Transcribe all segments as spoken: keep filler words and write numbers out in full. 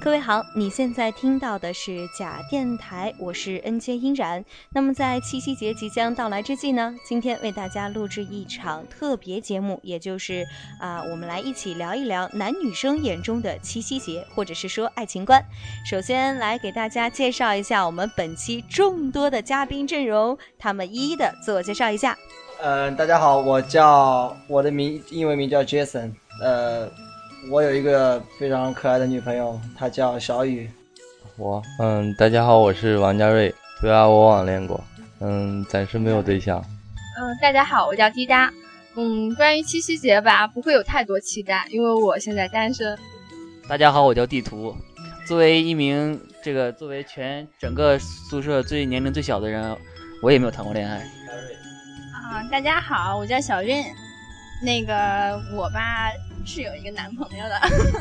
各位好，你现在听到的是假电台，我是 N J 殷然。那么在七夕节即将到来之际呢，今天为大家录制一场特别节目，也就是啊、呃，我们来一起聊一聊男女生眼中的七夕节，或者是说爱情观。首先来给大家介绍一下我们本期众多的嘉宾阵容，他们一一的自我介绍一下。 嗯、呃，大家好，我叫我的名英文名叫 Jason， 呃。我有一个非常可爱的女朋友，她叫小雨。 我，嗯，大家好，我是王家瑞，对啊，我网恋过，嗯，暂时没有对象。 嗯，大家好，我叫滴答。嗯，关于七夕节吧，不会有太多期待，因为我现在单身。 大家好，我叫地图。作为一名这个作为全整个宿舍最年龄最小的人，我也没有谈过恋爱。 啊，大家好，我叫小韵。那个我吧。是有一个男朋友的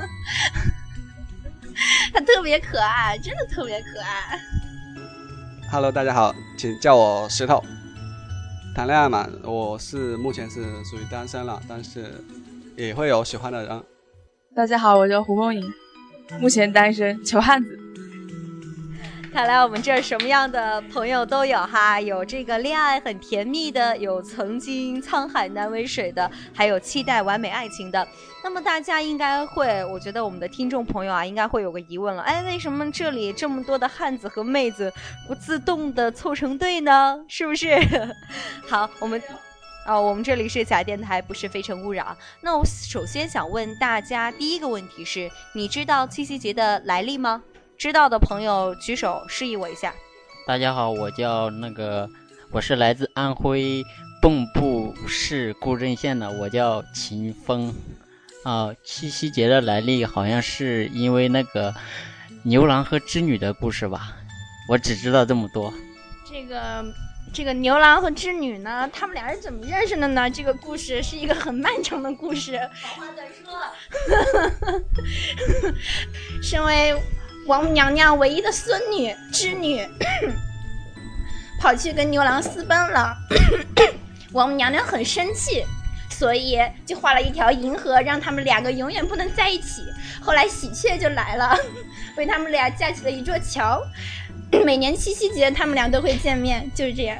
他特别可爱，真的特别可爱。 Hello 大家好，请叫我石头。谈恋爱嘛，我是目前是属于单身了，但是也会有喜欢的人。 大家好，我叫胡梦颖，目前单身，求汉子。 看来我们这儿什么样的朋友都有哈，有这个恋爱很甜蜜的，有曾经沧海难为水的，还有期待完美爱情的。那么大家应该会，我觉得我们的听众朋友啊，应该会有个疑问了，哎，为什么这里这么多的汉子和妹子不自动的凑成对呢？是不是？好，我们啊、哦，我们这里是假电台，不是非诚勿扰。那我首先想问大家第一个问题是，你知道七夕节的来历吗？知道的朋友举手示意我一下。 大家好，我叫那个，我是来自安徽蚌埠市固镇县的，我叫秦风。啊、呃，七夕节的来历好像是因为那个牛郎和织女的故事吧，我只知道这么多。 这个这个牛郎和织女呢，他们俩是怎么认识的呢？这个故事是一个很漫长的故事。 好话短说。 身为王母娘娘唯一的孙女织女跑去跟牛郎私奔了王母娘娘很生气，所以就画了一条银河，让他们两个永远不能在一起。后来喜鹊就来了，为他们俩架起了一座桥，每年七夕节他们俩都会见面，就是这样。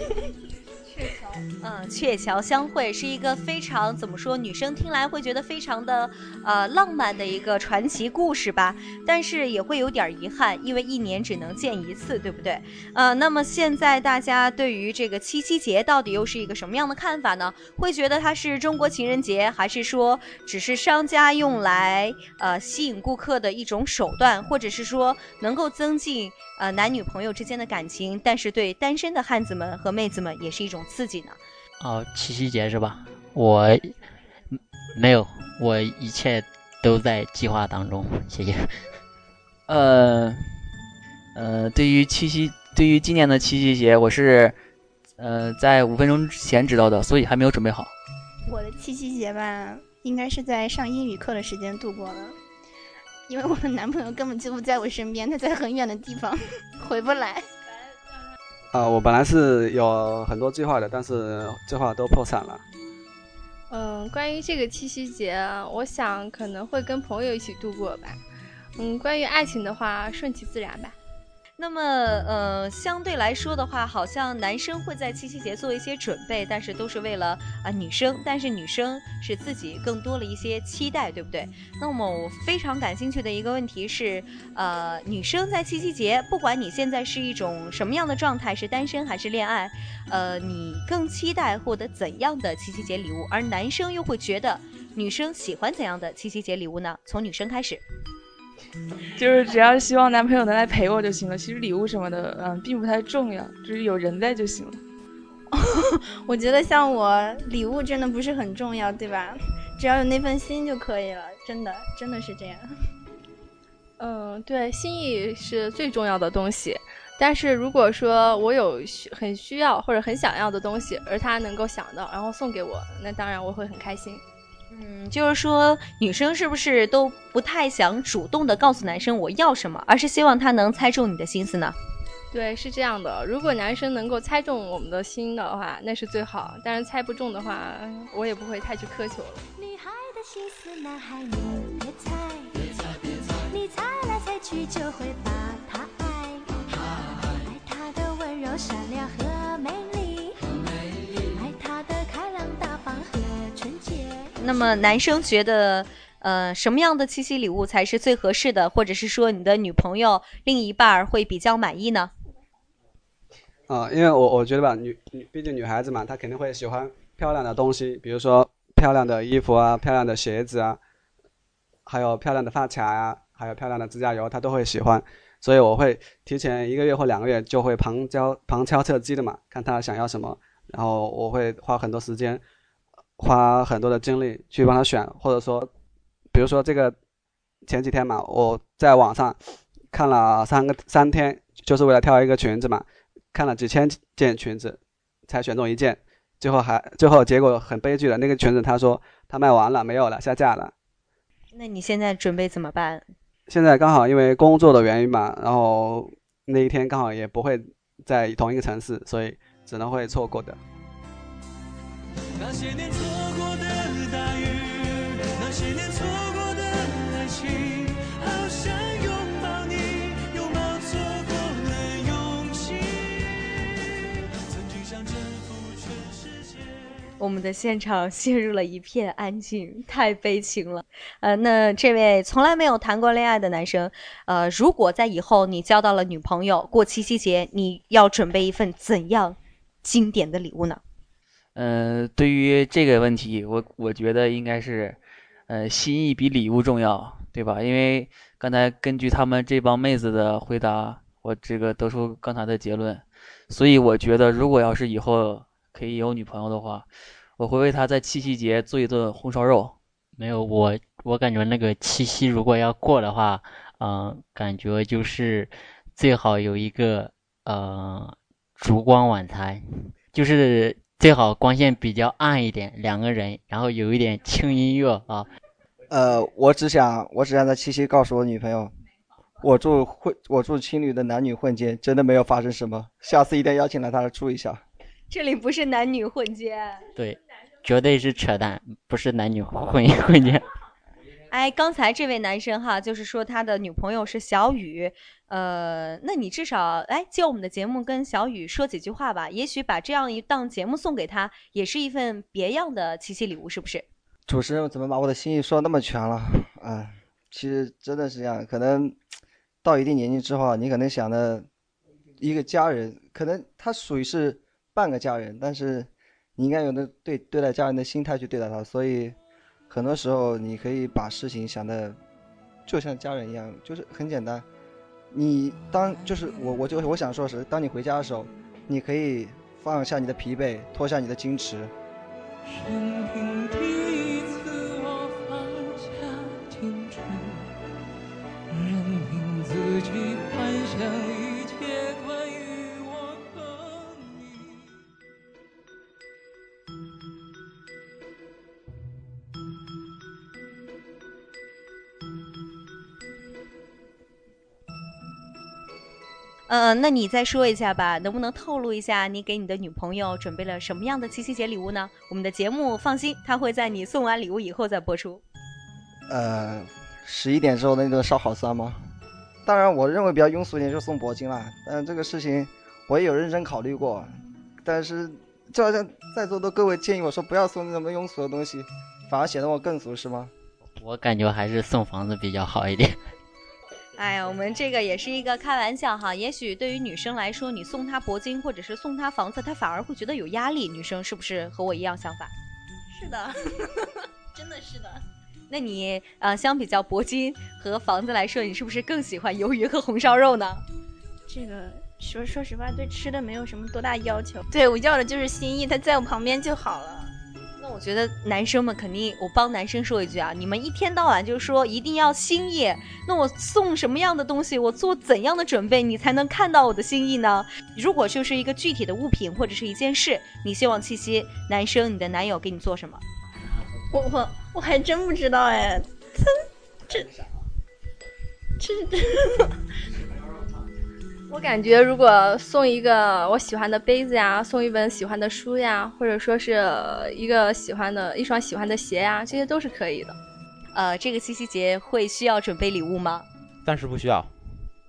嗯，鹊桥相会是一个非常怎么说，女生听来会觉得非常的呃浪漫的一个传奇故事吧，但是也会有点遗憾，因为一年只能见一次，对不对？呃，那么现在大家对于这个七夕节到底又是一个什么样的看法呢？会觉得它是中国情人节，还是说只是商家用来呃吸引顾客的一种手段，或者是说能够增进呃男女朋友之间的感情，但是对单身的汉子们和妹子们也是一种刺激呢？ 哦，七夕节是吧？我没有，我一切都在计划当中，谢谢。 呃呃，对于七夕，对于今年的七夕节，我是呃在五分钟之前知道的，所以还没有准备好。 我的七夕节吧，应该是在上英语课的时间度过的，因为我的男朋友根本就不在我身边，他在很远的地方，回不来。 啊、呃，我本来是有很多计划的，但是计划都破产了。 嗯，关于这个七夕节，我想可能会跟朋友一起度过吧。嗯，关于爱情的话，顺其自然吧。 那么呃，相对来说的话，好像男生会在七夕节做一些准备，但是都是为了啊、呃、女生，但是女生是自己更多了一些期待，对不对？那么我非常感兴趣的一个问题是，呃，女生在七夕节，不管你现在是一种什么样的状态，是单身还是恋爱，呃，你更期待获得怎样的七夕节礼物？而男生又会觉得女生喜欢怎样的七夕节礼物呢？从女生开始。 就是只要希望男朋友能来陪我就行了，其实礼物什么的嗯，并不太重要，就是有人在就行了。 我觉得像我礼物真的不是很重要，对吧？只要有那份心就可以了，真的真的是这样。 嗯，对，心意是最重要的东西，但是如果说我有很需要或者很想要的东西，而他能够想到然后送给我，那当然我会很开心。 嗯，就是说女生是不是都不太想主动的告诉男生我要什么，而是希望他能猜中你的心思呢？ 对，是这样的，如果男生能够猜中我们的心的话，那是最好，但是猜不中的话，我也不会太去苛求了。女孩的心思男孩你别猜，别猜别猜，你猜来猜许就会把他爱，爱他的温柔善良和美丽，爱他的开朗大方和纯洁。 那么男生觉得呃什么样的七夕礼物才是最合适的，或者是说你的女朋友另一半会比较满意呢？ 啊、呃，因为我我觉得吧，女女毕竟女孩子嘛，她肯定会喜欢漂亮的东西，比如说漂亮的衣服啊，漂亮的鞋子啊，还有漂亮的发卡啊，还有漂亮的指甲油，她都会喜欢。所以我会提前一个月或两个月就会旁敲旁敲侧击的嘛，看她想要什么，然后我会花很多时间，花很多的精力去帮她选，或者说，比如说这个前几天嘛，我在网上看了三个三天，就是为了挑一个裙子嘛。看了几千件裙子，才选中一件，最后还最后结果很悲剧的，那个裙子他说他卖完了，没有了，下架了。 那你现在准备怎么办？ 现在刚好因为工作的原因嘛，然后那一天刚好也不会在同一个城市，所以只能会错过的。 那些年错过的大雨，那些年错过的爱情，好想拥抱你，拥抱错过了勇气。 我们的现场陷入了一片安静，太悲情了。呃，那这位从来没有谈过恋爱的男生，呃，如果在以后你交到了女朋友，过七夕节，你要准备一份怎样经典的礼物呢？ 呃，对于这个问题，我我觉得应该是，呃，心意比礼物重要，对吧？因为刚才根据他们这帮妹子的回答，我这个得出刚才的结论，所以我觉得如果要是以后可以有女朋友的话，我会为她在七夕节做一顿红烧肉。 没有，我我感觉那个七夕如果要过的话，嗯、呃，感觉就是最好有一个呃烛光晚餐，就是最好光线比较暗一点，两个人，然后有一点轻音乐啊。 呃，我只想我只想在七夕告诉我女朋友，我住混我住青旅的男女混间，真的没有发生什么，下次一定邀请来她住一下。 这里不是男女混间， 对，绝对是扯淡，不是男女混混间。 哎，刚才这位男生哈，就是说他的女朋友是小雨，呃，那你至少哎借我们的节目跟小雨说几句话吧，也许把这样一档节目送给他，也是一份别样的七夕礼物，是不是？ 主持人怎么把我的心意说那么全了啊？其实真的是这样，可能到一定年纪之后，你可能想的一个家人，可能他属于是半个家人，但是你应该有的对对待家人的心态去对待他，所以很多时候你可以把事情想的就像家人一样，就是很简单。你当就是我我就我想说的是，当你回家的时候，你可以放下你的疲惫，脱下你的矜持。 生平第一次我放下矜持，任凭自己幻想一切关于我和你。 呃，那你再说一下吧，能不能透露一下你给你的女朋友准备了什么样的七夕节礼物呢？我们的节目放心，它会在你送完礼物以后再播出。 呃，十一点之后的那顿烧烤酸吗？当然，我认为比较庸俗一点就是送铂金啦。但是这个事情我也有认真考虑过，但是就好像在座的各位建议我说不要送那么庸俗的东西，反而显得我更俗，是吗？ 我感觉还是送房子比较好一点。 哎呀，我们这个也是一个开玩笑哈。也许对于女生来说，你送她铂金或者是送她房子，她反而会觉得有压力。女生是不是和我一样想法？ 是的，真的是的。 那你呃，相比较铂金和房子来说，你是不是更喜欢鱿鱼和红烧肉呢？ 这个说说实话，对吃的没有什么多大要求。对，我要的就是心意，他在我旁边就好了。 那我觉得男生们肯定，我帮男生说一句啊，你们一天到晚就说一定要心意，那我送什么样的东西，我做怎样的准备，你才能看到我的心意呢？如果就是一个具体的物品或者是一件事，你希望七夕男生你的男友给你做什么？ 我我我还真不知道哎，他这这这。 我感觉如果送一个我喜欢的杯子呀，送一本喜欢的书呀，或者说是一个喜欢的一双喜欢的鞋呀，这些都是可以的。 呃，这个七夕节会需要准备礼物吗？ 暂时不需要。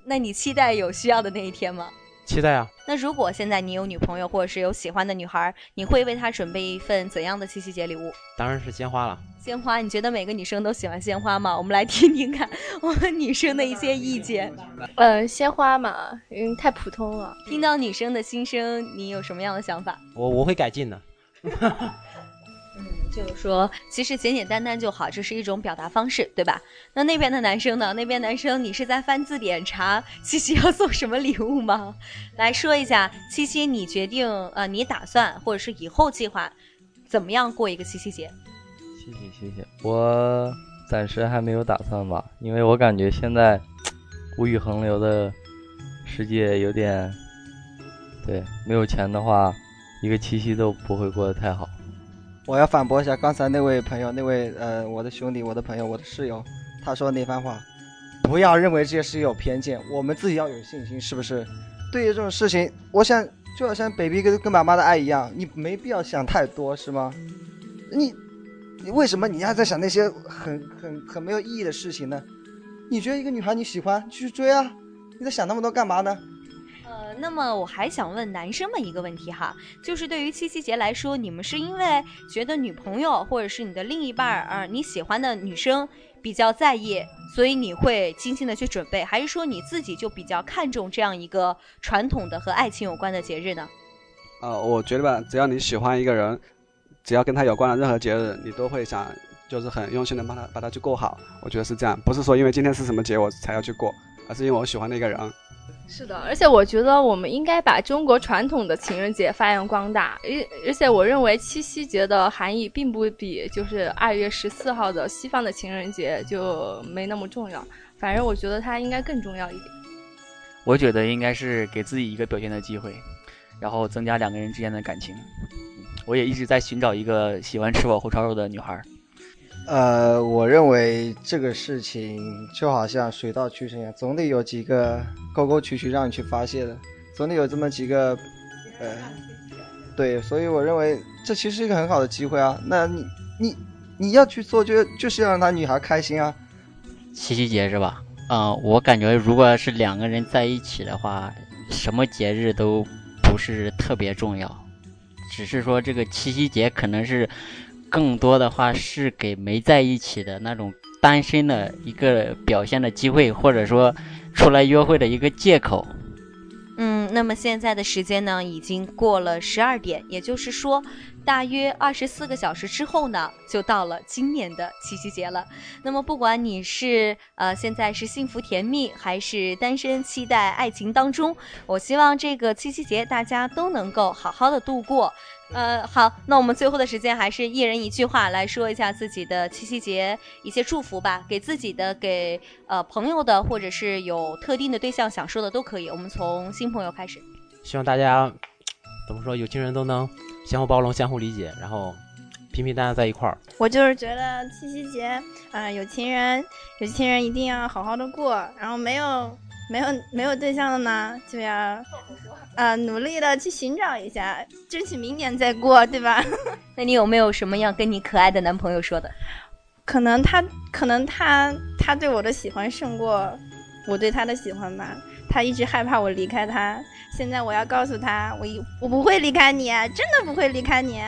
那你期待有需要的那一天吗？ 期待啊。 那如果现在你有女朋友或者是有喜欢的女孩，你会为她准备一份怎样的七夕节礼物？ 当然是鲜花了。 鲜花，你觉得每个女生都喜欢鲜花吗？我们来听听看我们女生的一些意见。 呃，鲜花嘛，嗯，太普通了。 听到女生的心声，你有什么样的想法？ 我我会改进的。 嗯，就是说，其实简简单单就好，这是一种表达方式，对吧？那那边的男生呢？那边男生，你是在翻字典查七夕要送什么礼物吗？来说一下，七夕你决定，呃，你打算或者是以后计划怎么样过一个七夕节？ 谢谢谢谢，我暂时还没有打算吧，因为我感觉现在物欲横流的世界有点，对，没有钱的话，一个七夕都不会过得太好。 我要反驳一下刚才那位朋友，那位呃，我的兄弟，我的朋友，我的室友，他说那番话，不要认为这些事有偏见，我们自己要有信心，是不是？对于这种事情，我想就好像 baby 跟跟妈妈的爱一样，你没必要想太多，是吗？你你为什么你要在想那些很很很没有意义的事情呢？你觉得一个女孩你喜欢，去追啊，你在想那么多干嘛呢？ 呃，那么我还想问男生们一个问题哈，就是对于七夕节来说，你们是因为觉得女朋友或者是你的另一半啊、呃，你喜欢的女生比较在意，所以你会精心的去准备，还是说你自己就比较看重这样一个传统的和爱情有关的节日呢？ 呃，我觉得吧，只要你喜欢一个人，只要跟他有关的任何节日，你都会想，就是很用心的把他把他去过好。我觉得是这样，不是说因为今天是什么节我才要去过，而是因为我喜欢那个人。 是的，而且我觉得我们应该把中国传统的情人节发扬光大，而而且我认为七夕节的含义并不比就是二月十四号的西方的情人节就没那么重要，反正我觉得它应该更重要一点。 我觉得应该是给自己一个表现的机会，然后增加两个人之间的感情。我也一直在寻找一个喜欢吃我红烧肉的女孩。 呃，我认为这个事情就好像水到渠成一样，总得有几个沟沟渠渠让你去发泄的，总得有这么几个，呃，对，所以我认为这其实是一个很好的机会啊。那你你你要去做就，就就是要让他女孩开心啊。 七夕节是吧？啊、呃，我感觉如果是两个人在一起的话，什么节日都不是特别重要，只是说这个七夕节可能是。更多的话是给没在一起的那种单身的一个表现的机会，或者说出来约会的一个借口。 嗯，那么现在的时间呢，已经过了十二点，也就是说，大约二十四个小时之后呢，就到了今年的七夕节了。那么，不管你是呃现在是幸福甜蜜，还是单身期待爱情当中，我希望这个七夕节大家都能够好好的度过。呃，好，那我们最后的时间还是一人一句话来说一下自己的七夕节一些祝福吧，给自己的，给呃朋友的，或者是有特定的对象想说的都可以。我们从新朋友开始。 希望大家怎么说，有情人都能相互包容、相互理解，然后平平淡淡在一块儿。 我就是觉得七夕节，啊、呃，有情人，有情人一定要好好的过，然后没有没有没有对象的呢，就要。呃，努力的去寻找一下，争取明年再过，对吧？ 那你有没有什么要跟你可爱的男朋友说的？ 可能他，可能他，他对我的喜欢胜过我对他的喜欢吧。他一直害怕我离开他，现在我要告诉他，我我不会离开你，真的不会离开你。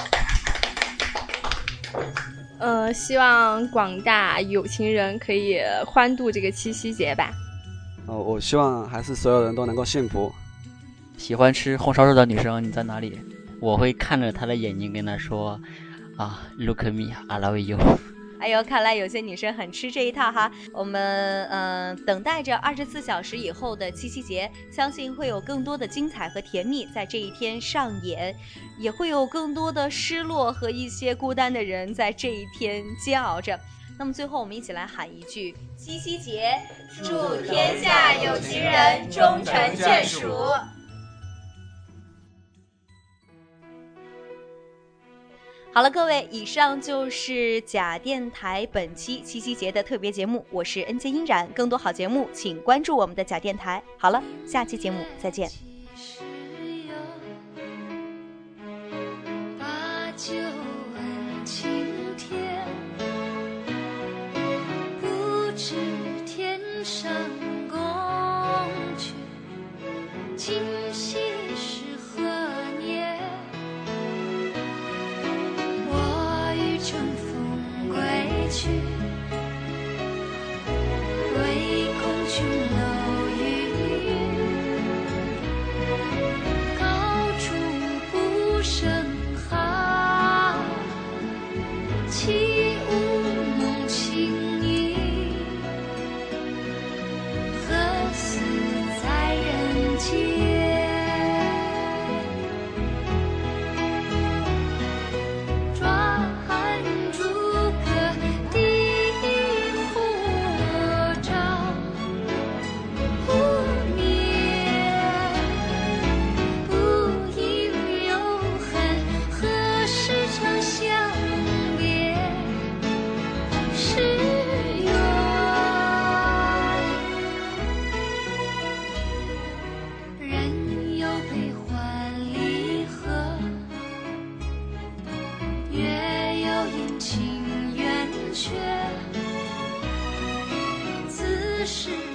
呃，希望广大有情人可以欢度这个七夕节吧。 呃，我希望还是所有人都能够幸福。 喜欢吃红烧肉的女生你在哪里？ 我会看着她的眼睛跟她说啊 ，Look at me, I love you。 哎呦，看来有些女生很吃这一套哈。我们嗯、呃，等待着二十四小时以后的七夕节，相信会有更多的精彩和甜蜜在这一天上演，也会有更多的失落和一些孤单的人在这一天煎熬着。那么最后我们一起来喊一句：七夕节，祝天下有情人终成眷属。好了，各位，以上就是假电台本期七夕节的特别节目，我是恩杰殷然，更多好节目请关注我们的假电台。好了，下期节目再见。 把酒问青天，不知天上宫。 却自是